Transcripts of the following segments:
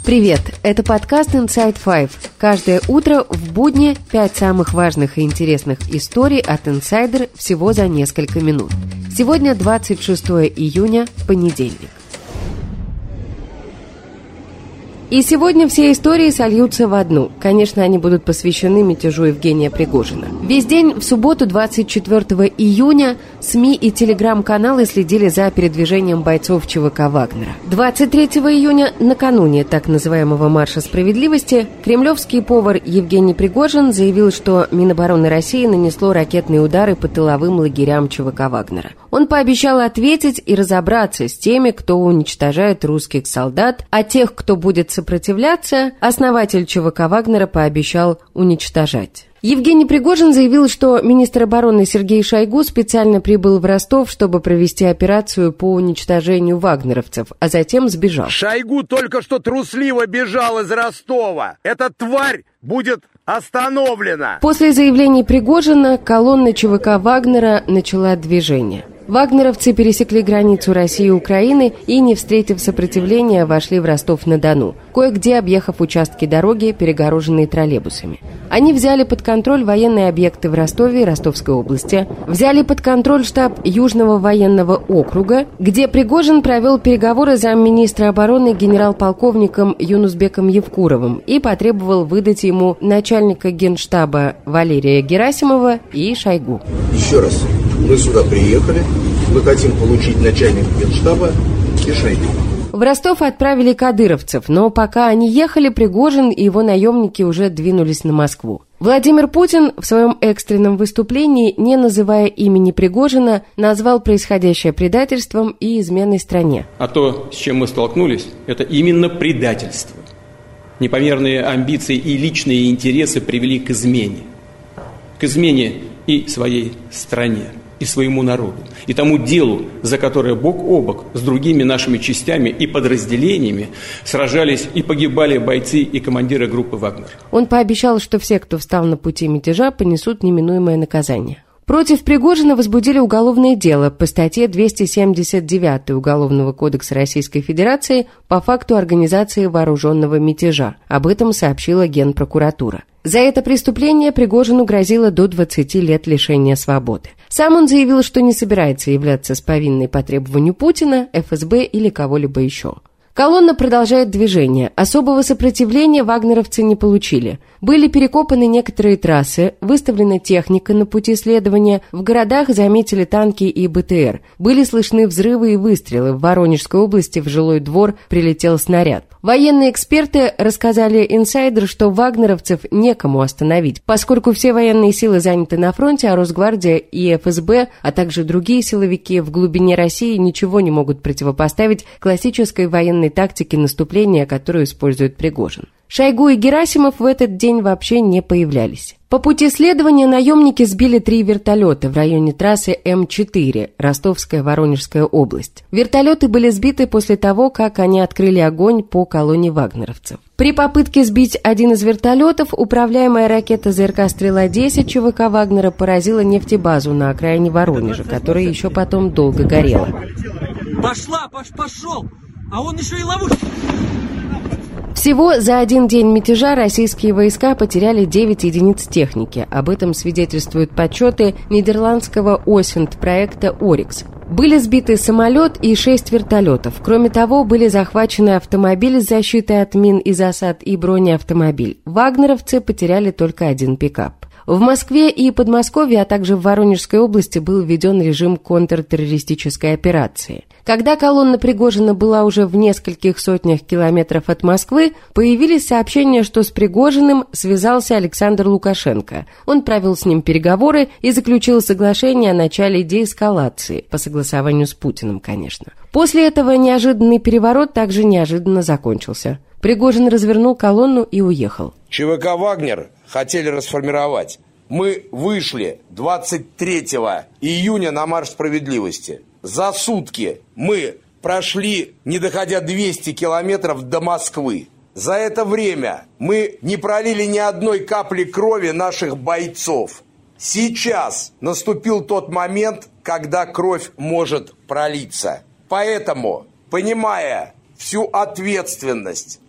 Привет! Это подкаст Inside Five. Каждое утро в будни 5 самых важных и интересных историй от инсайдер всего за несколько минут. Сегодня 26 июня, понедельник. И сегодня все истории сольются в одну. Конечно, они будут посвящены мятежу Евгения Пригожина. Весь день в субботу, 24 июня, СМИ и телеграм-каналы следили за передвижением бойцов ЧВК «Вагнера». 23 июня, накануне так называемого «Марша справедливости», кремлевский повар Евгений Пригожин заявил, что Минобороны России нанесло ракетные удары по тыловым лагерям ЧВК «Вагнера». Он пообещал ответить и разобраться с теми, кто уничтожает русских солдат, а тех, кто будет сопротивляться, основатель ЧВК «Вагнера» пообещал уничтожать. Евгений Пригожин заявил, что министр обороны Сергей Шойгу специально прибыл в Ростов, чтобы провести операцию по уничтожению вагнеровцев, а затем сбежал. Шойгу только что трусливо бежал из Ростова. Эта тварь будет остановлена. После заявлений Пригожина колонна ЧВК «Вагнера» начала движение. Вагнеровцы пересекли границу России и Украины и, не встретив сопротивления, вошли в Ростов-на-Дону, кое-где объехав участки дороги, перегороженные троллейбусами. Они взяли под контроль военные объекты в Ростове и Ростовской области, взяли под контроль штаб Южного военного округа, где Пригожин провел переговоры с замминистра обороны генерал-полковником Юнусбеком Евкуровым и потребовал выдать ему начальника генштаба Валерия Герасимова и Шойгу. Еще раз, мы сюда приехали, мы хотим получить начальника генштаба и Шойгу. В Ростов отправили кадыровцев, но пока они ехали, Пригожин и его наемники уже двинулись на Москву. Владимир Путин в своем экстренном выступлении, не называя имени Пригожина, назвал происходящее предательством и изменой стране. А то, с чем мы столкнулись, это именно предательство. Непомерные амбиции и личные интересы привели к измене. К измене и своей стране, и своему народу, и тому делу, за которое бок о бок с другими нашими частями и подразделениями сражались и погибали бойцы и командиры группы «Вагнер». Он пообещал, что все, кто встал на пути мятежа, понесут неминуемое наказание. Против Пригожина возбудили уголовное дело по статье 279 Уголовного кодекса Российской Федерации по факту организации вооруженного мятежа. Об этом сообщила Генпрокуратура. За это преступление Пригожину грозило до 20 лет лишения свободы. Сам он заявил, что не собирается являться с повинной по требованию Путина, ФСБ или кого-либо еще. Колонна продолжает движение. Особого сопротивления вагнеровцы не получили. Были перекопаны некоторые трассы, выставлена техника на пути следования, в городах заметили танки и БТР. Были слышны взрывы и выстрелы. В Воронежской области в жилой двор прилетел снаряд. Военные эксперты рассказали инсайдер, что вагнеровцев некому остановить, поскольку все военные силы заняты на фронте, а Росгвардия и ФСБ, а также другие силовики в глубине России ничего не могут противопоставить классической военной тактике наступления, которую использует Пригожин. Шойгу и Герасимов в этот день вообще не появлялись. По пути следования наемники сбили 3 вертолета в районе трассы М4, Ростовская, Воронежская область. Вертолеты были сбиты после того, как они открыли огонь по колонне вагнеровцев. При попытке сбить один из вертолетов, управляемая ракета ЗРК «Стрела-10» ЧВК «Вагнера» поразила нефтебазу на окраине Воронежа, которая еще потом долго горела. Пошел! А он еще и ловушка! Всего за один день мятежа российские войска потеряли 9 единиц техники. Об этом свидетельствуют подсчеты нидерландского ОСИНТ-проекта «Орикс». Были сбиты самолет и 6 вертолетов. Кроме того, были захвачены автомобиль с защитой от мин и засад и бронеавтомобиль. Вагнеровцы потеряли только 1 пикап. В Москве и Подмосковье, а также в Воронежской области был введен режим контртеррористической операции. Когда колонна Пригожина была уже в нескольких сотнях километров от Москвы, появились сообщения, что с Пригожиным связался Александр Лукашенко. Он провел с ним переговоры и заключил соглашение о начале деэскалации, по согласованию с Путиным, конечно. После этого неожиданный переворот также неожиданно закончился. Пригожин развернул колонну и уехал. ЧВК «Вагнер» хотели расформировать. Мы вышли 23 июня на марш справедливости. За сутки мы прошли, не доходя 200 километров до Москвы. За это время мы не пролили ни одной капли крови наших бойцов. Сейчас наступил тот момент, когда кровь может пролиться. Поэтому, понимая всю ответственность,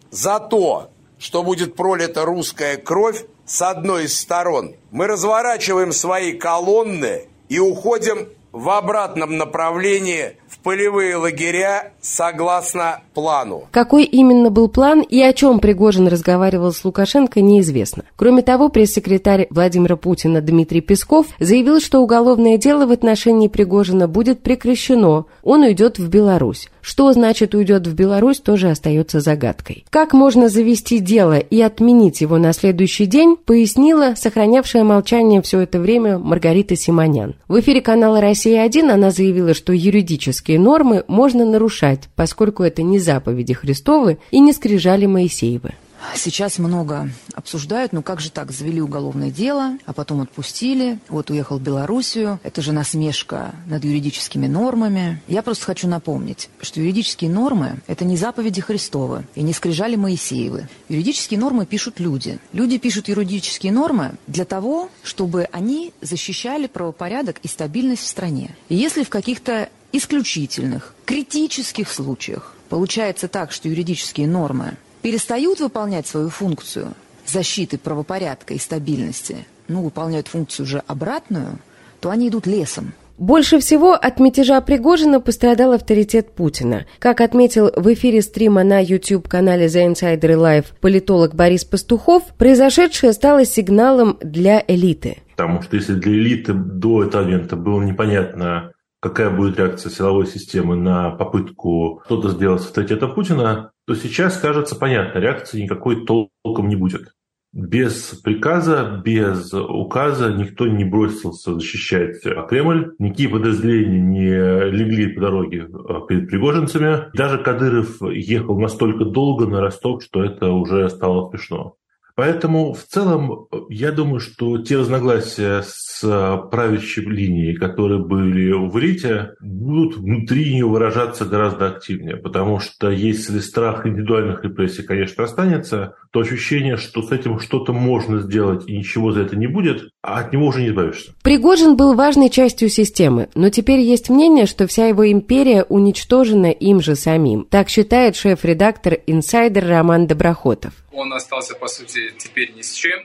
за то, что будет пролита русская кровь с одной из сторон, мы разворачиваем свои колонны и уходим в обратном направлении в полевые лагеря согласно плану. Какой именно был план и о чем Пригожин разговаривал с Лукашенко, неизвестно. Кроме того, пресс-секретарь Владимира Путина Дмитрий Песков заявил, что уголовное дело в отношении Пригожина будет прекращено, он уйдет в Беларусь. Что значит уйдет в Беларусь, тоже остается загадкой. Как можно завести дело и отменить его на следующий день, пояснила сохранявшая молчание все это время Маргарита Симонян. В эфире канала «Россия-1» она заявила, что юридические нормы можно нарушать, поскольку это не заповеди Христовы и не скрижали Моисеевы. Сейчас много обсуждают, как же так, завели уголовное дело, а потом отпустили, вот уехал в Белоруссию, это же насмешка над юридическими нормами. Я просто хочу напомнить, что юридические нормы – это не заповеди Христовы и не скрижали Моисеевы. Юридические нормы пишут люди. Люди пишут юридические нормы для того, чтобы они защищали правопорядок и стабильность в стране. И если в каких-то исключительных, критических случаях получается так, что юридические нормы перестают выполнять свою функцию защиты правопорядка и стабильности, выполняют функцию уже обратную, то они идут лесом. Больше всего от мятежа Пригожина пострадал авторитет Путина. Как отметил в эфире стрима на YouTube-канале The Insider Live политолог Борис Пастухов, произошедшее стало сигналом для элиты. Потому что если для элиты до этого момента было непонятно, какая будет реакция силовой системы на попытку что-то сделать с авторитетом Путина, то сейчас, кажется, понятно, реакции никакой толком не будет. Без приказа, без указа никто не бросился защищать Кремль, никакие подразделения не легли по дороге перед пригожинцами. Даже Кадыров ехал настолько долго на Ростов, что это уже стало смешно. Поэтому в целом я думаю, что те разногласия с правящей линией, которые были в элите, будут внутри нее выражаться гораздо активнее, потому что если страх индивидуальных репрессий, конечно, останется, то ощущение, что с этим что-то можно сделать и ничего за это не будет, а от него уже не избавишься. Пригожин был важной частью системы, но теперь есть мнение, что вся его империя уничтожена им же самим. Так считает шеф-редактор «Инсайдер» Роман Доброхотов. Он остался, по сути, теперь ни с чем.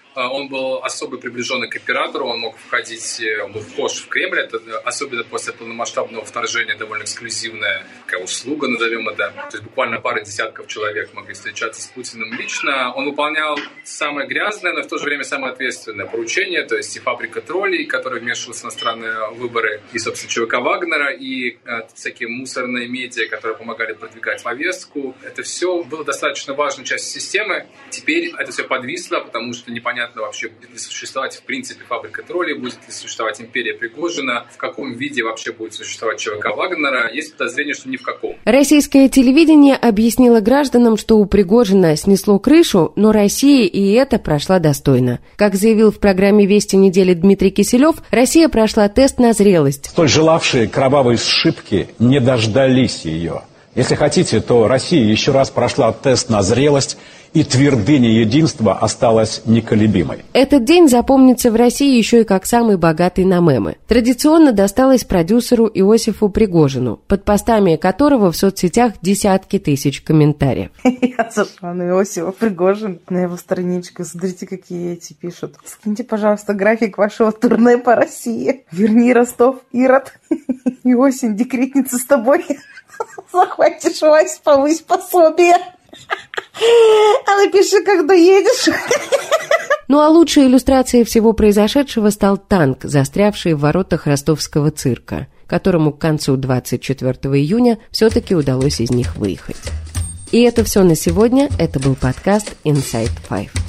Он был особо приближенный к императору, он мог входить, он был вхож в Кремль, это особенно после полномасштабного вторжения довольно эксклюзивная такая услуга, назовем это. То есть буквально пара десятков человек могли встречаться с Путиным лично. Он выполнял самое грязное, но в то же время самое ответственное поручение, то есть и фабрика троллей, которая вмешивалась в иностранные выборы, и, собственно, ЧВК Вагнера, и всякие мусорные медиа, которые помогали продвигать повестку. Это все было достаточно важной частью системы. Теперь это все подвисло, потому что непонятно вообще, будет ли существовать в принципе фабрика троллей, будет ли существовать империя Пригожина, в каком виде вообще будет существовать ЧВК Вагнера. Есть подозрение, что ни в каком. Российское телевидение объяснило гражданам, что у Пригожина снесло крышу, но Россия и это прошла достойно. Как заявил в программе «Вести недели» Дмитрий Киселев, Россия прошла тест на зрелость. Столь желавшие кровавой сшибки не дождались ее. Если хотите, то Россия еще раз прошла тест на зрелость, и твердыня единства осталась неколебимой. Этот день запомнится в России еще и как самый богатый на мемы. Традиционно досталось продюсеру Иосифу Пригожину, под постами которого в соцсетях десятки тысяч комментариев. Я зашла на Иосифа Пригожина, на его страничку. Смотрите, какие эти пишут. Скиньте, пожалуйста, график вашего турне по России. Верни Ростов, Ирод. И осень, декретница с тобой. Захватишь власть, повысь пособие. А напиши, когда едешь. Ну а лучшей иллюстрацией всего произошедшего стал танк, застрявший в воротах ростовского цирка, которому к концу 24 июня все-таки удалось из них выехать. И это все на сегодня. Это был подкаст Inside 5.